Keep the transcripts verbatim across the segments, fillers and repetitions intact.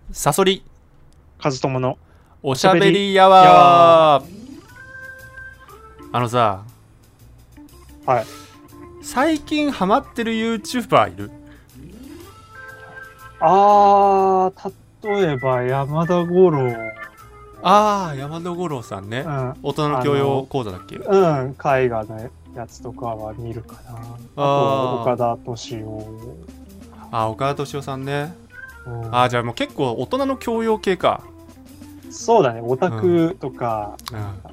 サソリカズトモのおしゃべりやわー。あのさ、 はい。 最近ハマってる YouTuber いる？ あー、例えば山田五郎。 あー、山田五郎さんね、 うん。 大人の教養講座だっけ？ うん、絵画のやつとかは見るかな。あとは岡田敏夫。 あー、岡田敏夫さんね。 うん、 あー、じゃあもう結構大人の教養系か。 そうだね、オタクとか、 うん、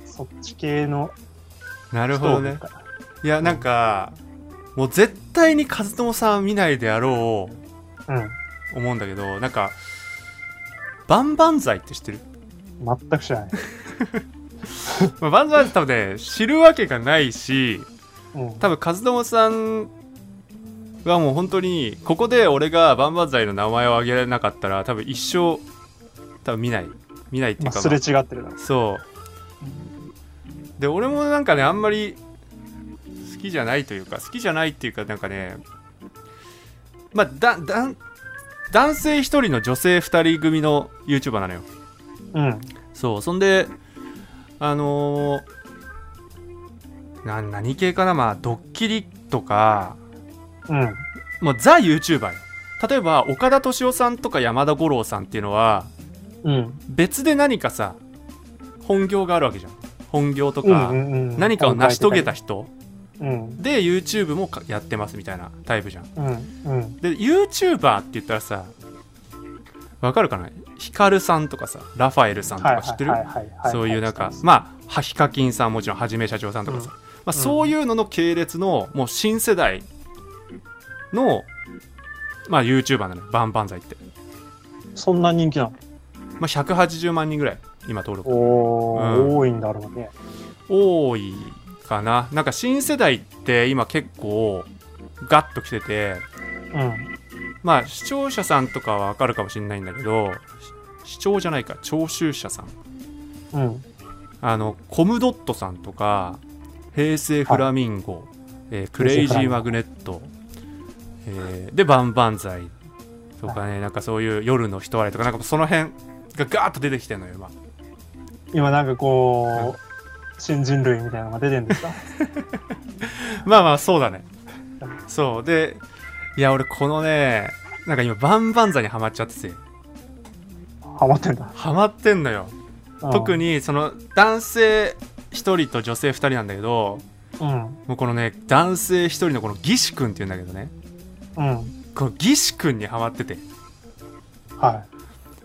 そっち系のなるほどね。いや、なんか、もう絶対に和友さん見ないであろう、 うん、 思うんだけど、なんかバンバンザイって知ってる？ 全く知らない。 まあバンザイって多分ね知るわけがないし、 うん、 多分和友さんはもう本当にここで俺がバンバンザイの名前を挙げられなかったら多分一生多分見ない見ないっていうか、 まあ、すれ違ってるな。 そうで、俺もなんかねあんまり好きじゃないというか好きじゃないっていうかなんかね、まあだだ男性ひとりの女性ふたり組の YouTuber なのよ。 うん。 そう、そんであのー、な何系かな、まあドッキリとか、 うん。 もうザ YouTuber よ。例えば岡田敏夫さんとか山田五郎さんっていうのは、 うん、 別で何かさ本業があるわけじゃん。本業とか、 うんうんうん、 何かを成し遂げた人、 うん、 で YouTube もやってますみたいなタイプじゃん。 うんうん、 で YouTuber って言ったらさ、わかるかな？ヒカルさんとかさ、ラファエルさんとか知ってる？そういうなんか、まあヒカキンさんもちろん、はじめ社長さんとかさ、うん、まあ、そういうのの系列のもう新世代の、まあ、YouTuber なのよ、バンバンザイって。 そんな人気なの？ まあ、ひゃくはちじゅうまんにんぐらい今登録。 おー、 うん、 多いんだろうね。 多いかな。なんか新世代って今結構ガッと来てて、 うん、 まあ視聴者さんとかは分かるかもしれないんだけど、視聴じゃないか、聴衆者さん、 うん、 あのコムドットさんとか平成フラミンゴ、はい、えー、クレイジーマグネット、えー、でバンバンザイとかね、はい、なんかそういう夜の人笑いとか、なんかその辺がガーッと出てきてるのよ今。 今なんかこう、うん、新人類みたいなのが出てるんですか？ まあまあそうだね。そうで、いや俺このね、なんか今バンバンザイにハマっちゃってて。 ハマってんだ。 ハマってんのよ。 うん、 特にその男性ひとりと女性ふたりなんだけど、 うん、 もうこのね男性ひとりのこのギシ君っていうんだけどね、 うん、 このギシ君にハマってて、 はい、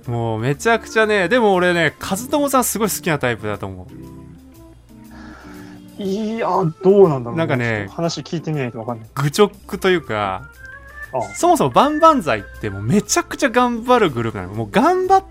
もうめちゃくちゃね。でも俺ね和友さんすごい好きなタイプだと思う。いやどうなんだろう、ね、 なんかね話聞いてみないと分かんない。 愚直というか、ああ、そもそもバンバンザイってもうめちゃくちゃ頑張るグループなの。もう頑張って、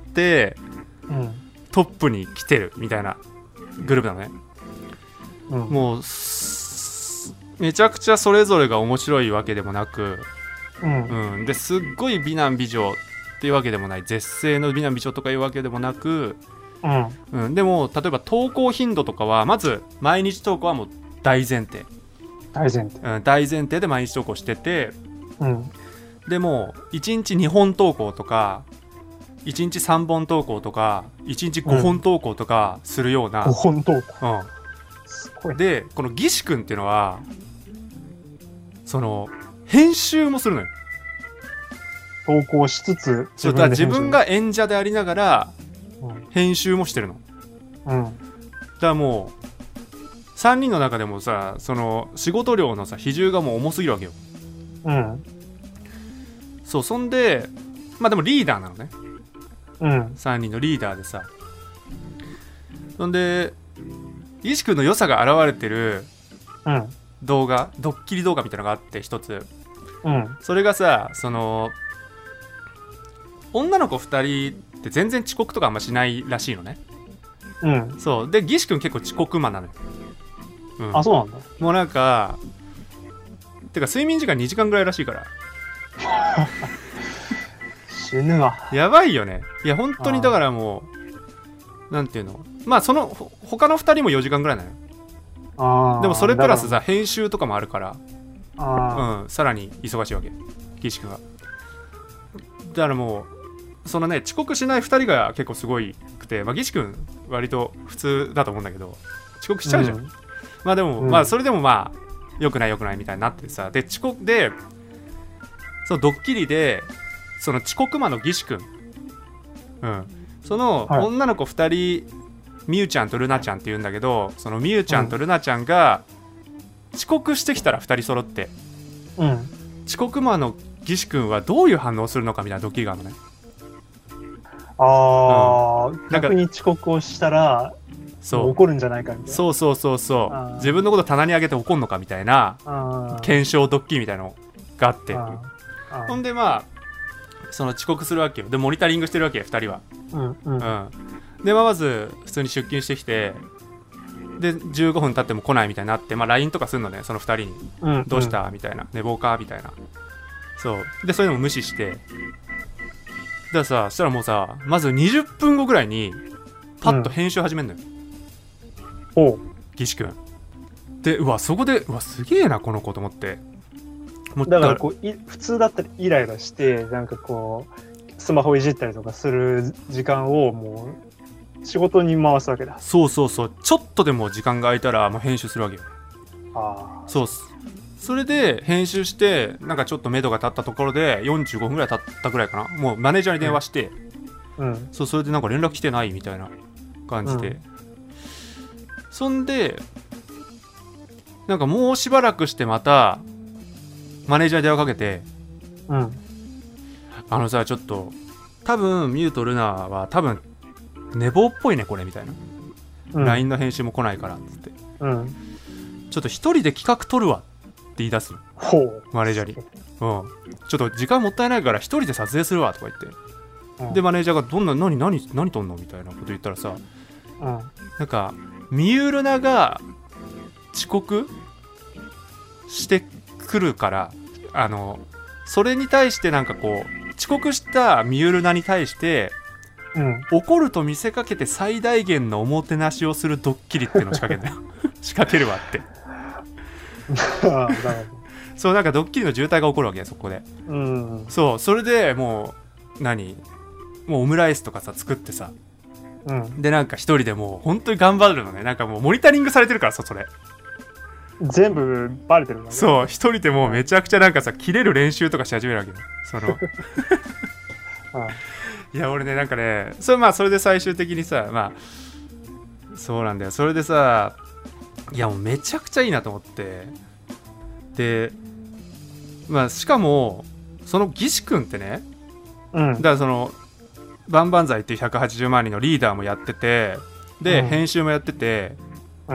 うん、トップに来てるみたいなグループなのね、うん、もうめちゃくちゃそれぞれが面白いわけでもなく、うんうん、ですっごい美男美女っていうわけでもない、絶世の美男美女とかいうわけでもなく、うんうん、でも例えば投稿頻度とかはまず毎日投稿はもう大前提大前提、 うん、大前提で毎日投稿してて、うん、でもいちにちにほん投稿とかいちにちさんぼん投稿とかいちにちごほん投稿とかするような、うん、 ごほん投稿、 うん、すごい。でこのギシ君っていうのはその編集もするのよ。 投稿しつつ自分で自分が演者でありながら編集もしてるの、うん、だからもうさんにんの中でもさ、その仕事量のさ比重がもう重すぎるわけよ、うん、そう。そんでまあでもリーダーなのね、うん、さんにんのリーダーでさ、そんで石君の良さが現れてる動画、うん、ドッキリ動画みたいなのがあって一つ、うん、それがさ、その女の子ふたりって全然遅刻とかあんましないらしいのね、うん、そうでギシ君結構遅刻魔なのよ、 うん、あ、そうなんだ。 もうなんかてか睡眠時間にじかんぐらいらしいから死ぬわ。 やばいよね。いや本当に、だからもうなんていうの、まあその他のふたりもよじかんぐらいなのよ。あでもそれプラスさ編集とかもあるから、あ、うん、さらに忙しいわけギシ君は。だからもうそのね遅刻しないふたりが結構すごいくて、まあ、岸君割と普通だと思うんだけど遅刻しちゃうじゃん、うん、まあでも、うん、まあそれでもまあ良くない良くないみたいになってさ、で遅刻でそのドッキリでその遅刻魔の岸君、うん、その女の子ふたり、はい、みゆちゃんとルナちゃんって言うんだけど、そのみゆちゃんとルナちゃんが遅刻してきたらふたり揃って、うん、遅刻魔の岸君はどういう反応をするのかみたいなドッキリがあるのね。 ああ、うん、逆に遅刻をしたらそう怒るんじゃないかみたいな。 そうそうそうそう、自分のこと棚に上げて怒るのかみたいな検証ドッキリみたいなのがあって、ほんでまあその遅刻するわけよ。でモニタリングしてるわけよふたりは、うんうんうん、で、まあ、まず普通に出勤してきて、でじゅうごふん経っても来ないみたいになって、まあ、ライン とかするのねそのふたりに、うんうん、どうしたみたいな、寝坊かみたいな。そうでそれでも無視して、だからさ、そしたらもうさまずにじゅっぷんごぐらいにパッと編集始めるのよ、うん、お岸君で、うわそこでうわすげえなこの子と思って、 もうだからこうい普通だったらイライラしてなんかこうスマホいじったりとかする時間をもう仕事に回すわけだ。 そうそうそう、ちょっとでも時間が空いたらもう編集するわけよ。ああ、そうっす。それで編集してなんかちょっと目処が立ったところでよんじゅうごふんぐらい経ったぐらいかな、もうマネージャーに電話して、うん、そうそれでなんか連絡来てないみたいな感じで、うん、そんでなんかもうしばらくしてまたマネージャーに電話かけて、うん、あのさちょっと多分ミューとルナは多分寝坊っぽいねこれみたいな、うん、ライン の編集も来ないからっつって、うん、ちょっと一人で企画取るわって言い出すマネージャーに、うん、ちょっと時間もったいないから一人で撮影するわとか言って、うん、でマネージャーがどんな何何何撮んのみたいなこと言ったらさ、うん、なんかミユルナが遅刻してくるから、あのそれに対してなんかこう遅刻したミユルナに対して、うん、怒ると見せかけて最大限のおもてなしをするドッキリっていうのを仕掛けるんだよ仕掛けるわってそうなんかドッキリの渋滞が起こるわけよそこで、うん、そうそれでもう何もうオムライスとかさ作ってさ、うん、でなんか一人でもう本当に頑張るのね。なんかもうモニタリングされてるからさ、それ全部バレてるんだね。 そう一人でもうめちゃくちゃなんかさ切れる練習とかし始めるわけよそのああいや俺ねなんかねそれまあそれで最終的にさ、まあそうなんだよ、それでさいやもうめちゃくちゃいいなと思って、でまあしかもその義士君ってね、うん、だからそのバンバンザイっていうひゃくはちじゅうまんにんのリーダーもやってて、で、うん、編集もやってて、うん、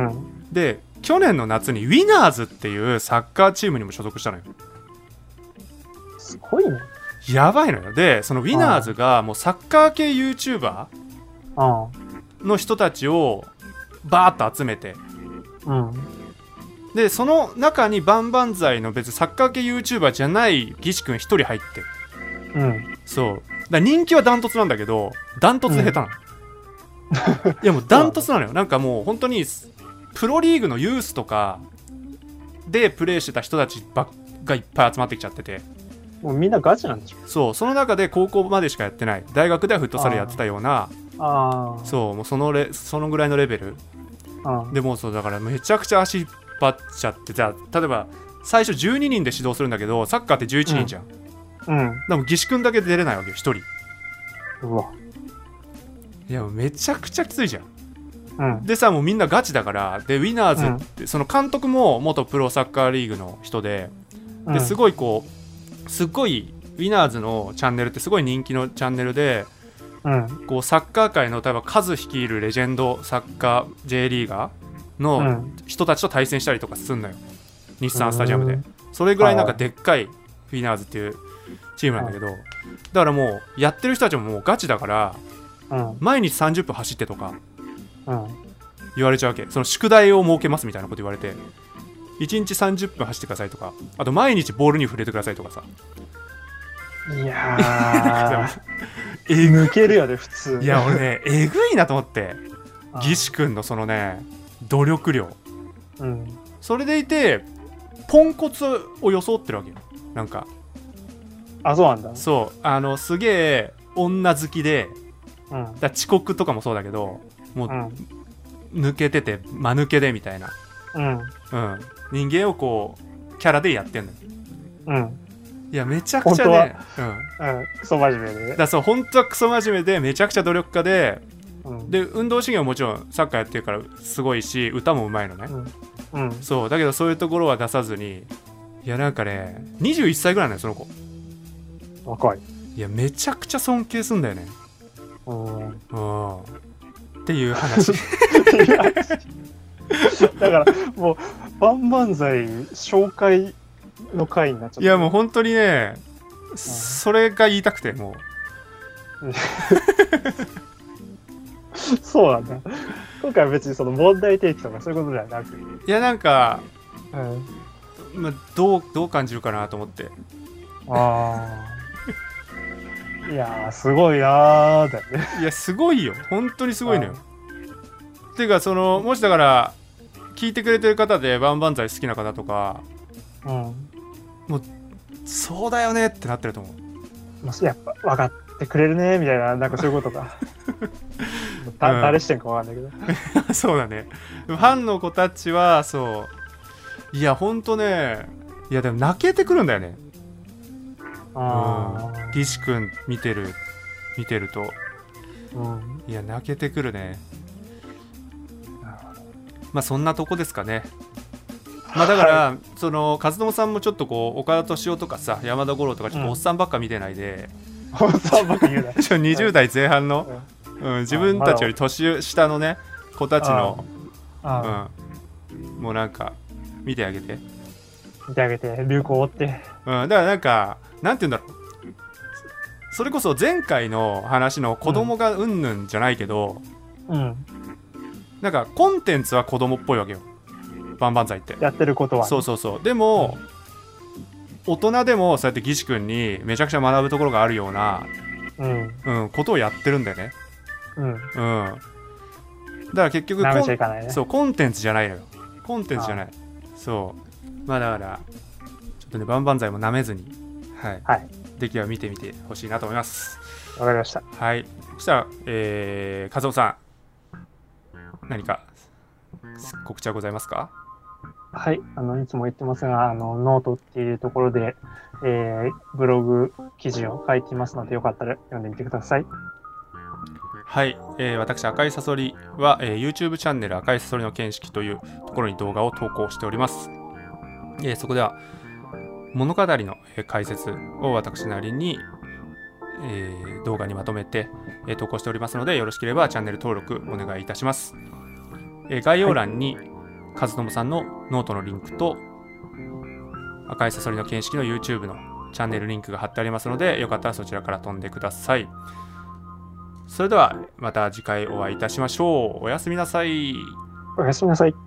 で去年の夏にウィナーズっていうサッカーチームにも所属したのよ。 すごいね。 やばいのよ。でそのウィナーズがもうサッカー系 YouTuber の人たちをバーッと集めて、うん、でその中にバンバンザイの別にサッカー系 YouTuber じゃない義士君一人入って、うん、そうだから人気はダントツなんだけどダントツで下手なの、うん、いやもうダントツなのよ。なんかもう本当にプロリーグのユースとかでプレーしてた人たちばっがいっぱい集まってきちゃってて、 もうみんなガチなんでしょ。 そうその中で高校までしかやってない、大学ではフットサルやってたような、あそうもうそのレそのぐらいのレベルでもうそうだからめちゃくちゃ足引っ張っちゃって、じゃあ例えば最初じゅうににんで指導するんだけどサッカーってじゅういちにんじゃん、うんうん、でも義士君だけ出れないわけよひとり。うわいやめちゃくちゃきついじゃん、うん、でさもうみんなガチだから、でウィナーズって、うん、その監督も元プロサッカーリーグの人で、ですごいこうすっごいウィナーズのチャンネルってすごい人気のチャンネルで、うん、こうサッカー界の例えばカズ率いるレジェンドサッカー J リーガーの人たちと対戦したりとかするのよ、日産スタジアムで、うん、それぐらいなんかでっかいウィナーズっていうチームなんだけど、だからもうやってる人たちももうガチだから、うん、毎日さんじゅっぷん走ってとか言われちゃうわけ。その宿題を設けますみたいなこと言われて、いちにちさんじゅっぷん走ってくださいとか、あと毎日ボールに触れてくださいとかさ。 いやー抜けるよね普通。 いや俺ねえぐいなと思って、義士君のそのね努力量、うん、それでいてポンコツを装ってるわけよ。なんかあそうなんだ。 そうあのすげえ女好きで、 うんだから遅刻とかもそうだけどもう、 うん抜けてて間抜けでみたいな、 うんうん、人間をこうキャラでやってんのよ。 うんいやめちゃくちゃね、うん、 うんクソ真面目で、 だからそう本当はクソ真面目でめちゃくちゃ努力家で、 うんで運動神経ももちろんサッカーやってるからすごいし歌もうまいのね、 うんうんそうだけどそういうところは出さずに、いやなんかねにじゅういっさいぐらいなのよその子。 若い。 いやめちゃくちゃ尊敬すんだよね。 うんうんっていう話だからもう万々歳紹介の回になっちゃった。 いやもう本当にね、それが言いたくてもうそうなんだ。今回は別にその問題提起とかそういうことではなく、 いやなんか、 うん、 まあ、どうどう感じるかなと思って。 ああいやーすごいなーだよね。 いやすごいよ本当にすごいのよ。っていうかそのもしだから聞いてくれてる方で万々歳好きな方とか、 うん、 もうそうだよねってなってると思う。 もしやっぱ分かってくれるねみたいな、なんかそういうことかだ、 うん、 誰してんか分かんないけどそうだね。ファンの子たちはそういやほんとね、いやでも泣けてくるんだよね。 あうん、岸君見てる見てると、 うん、 いや泣けてくるね。まあそんなとこですかね。まあだから、はい、その和友さんもちょっとこう岡田敏夫とかさ山田五郎とかちょっとおっさんばっか見てないで、 うん、おっさんばっか言うなちょにじゅう代前半の、うんうん、自分たちより年下のね子たちの、うん、もうなんか見てあげて見てあげて流行を追って、 うん、だからなんかなんて言うんだろう、それこそ前回の話の子供がうんぬんじゃないけど、 うん、 なんかコンテンツは子供っぽいわけよ万々歳ってやってることは、ね、 そうそうそう。でも、うん、大人でもそうやって岸君にめちゃくちゃ学ぶところがあるような、 うんうん、ことをやってるんだよね。 うん、うん、 だから結局舐めちゃいかないね。 そうコンテンツじゃないのよ。コンテンツじゃない。そうまあだからちょっとね万々歳も舐めずに、はい、はい、できれば見てみてほしいなと思います。 わかりました。 はい。そしたら、えー、和夫さん何か告知はございますか？ はい、あのいつも言ってますが、あのノートっていうところで、えー、ブログ記事を書いていますので、よかったら読んでみてください。 はい、えー、私赤いサソリは、えー、YouTube チャンネル赤いサソリの見識というところに動画を投稿しております。えー、そこでは物語の解説を私なりに、えー、動画にまとめて、えー、投稿しておりますので、よろしければチャンネル登録お願いいたします。えー、概要欄に、はい、和友さんのノートのリンクと赤いサソリの見識の YouTube のチャンネルリンクが貼ってありますので、よかったらそちらから飛んでください。それではまた次回お会いいたしましょう。おやすみなさい。 おやすみなさい。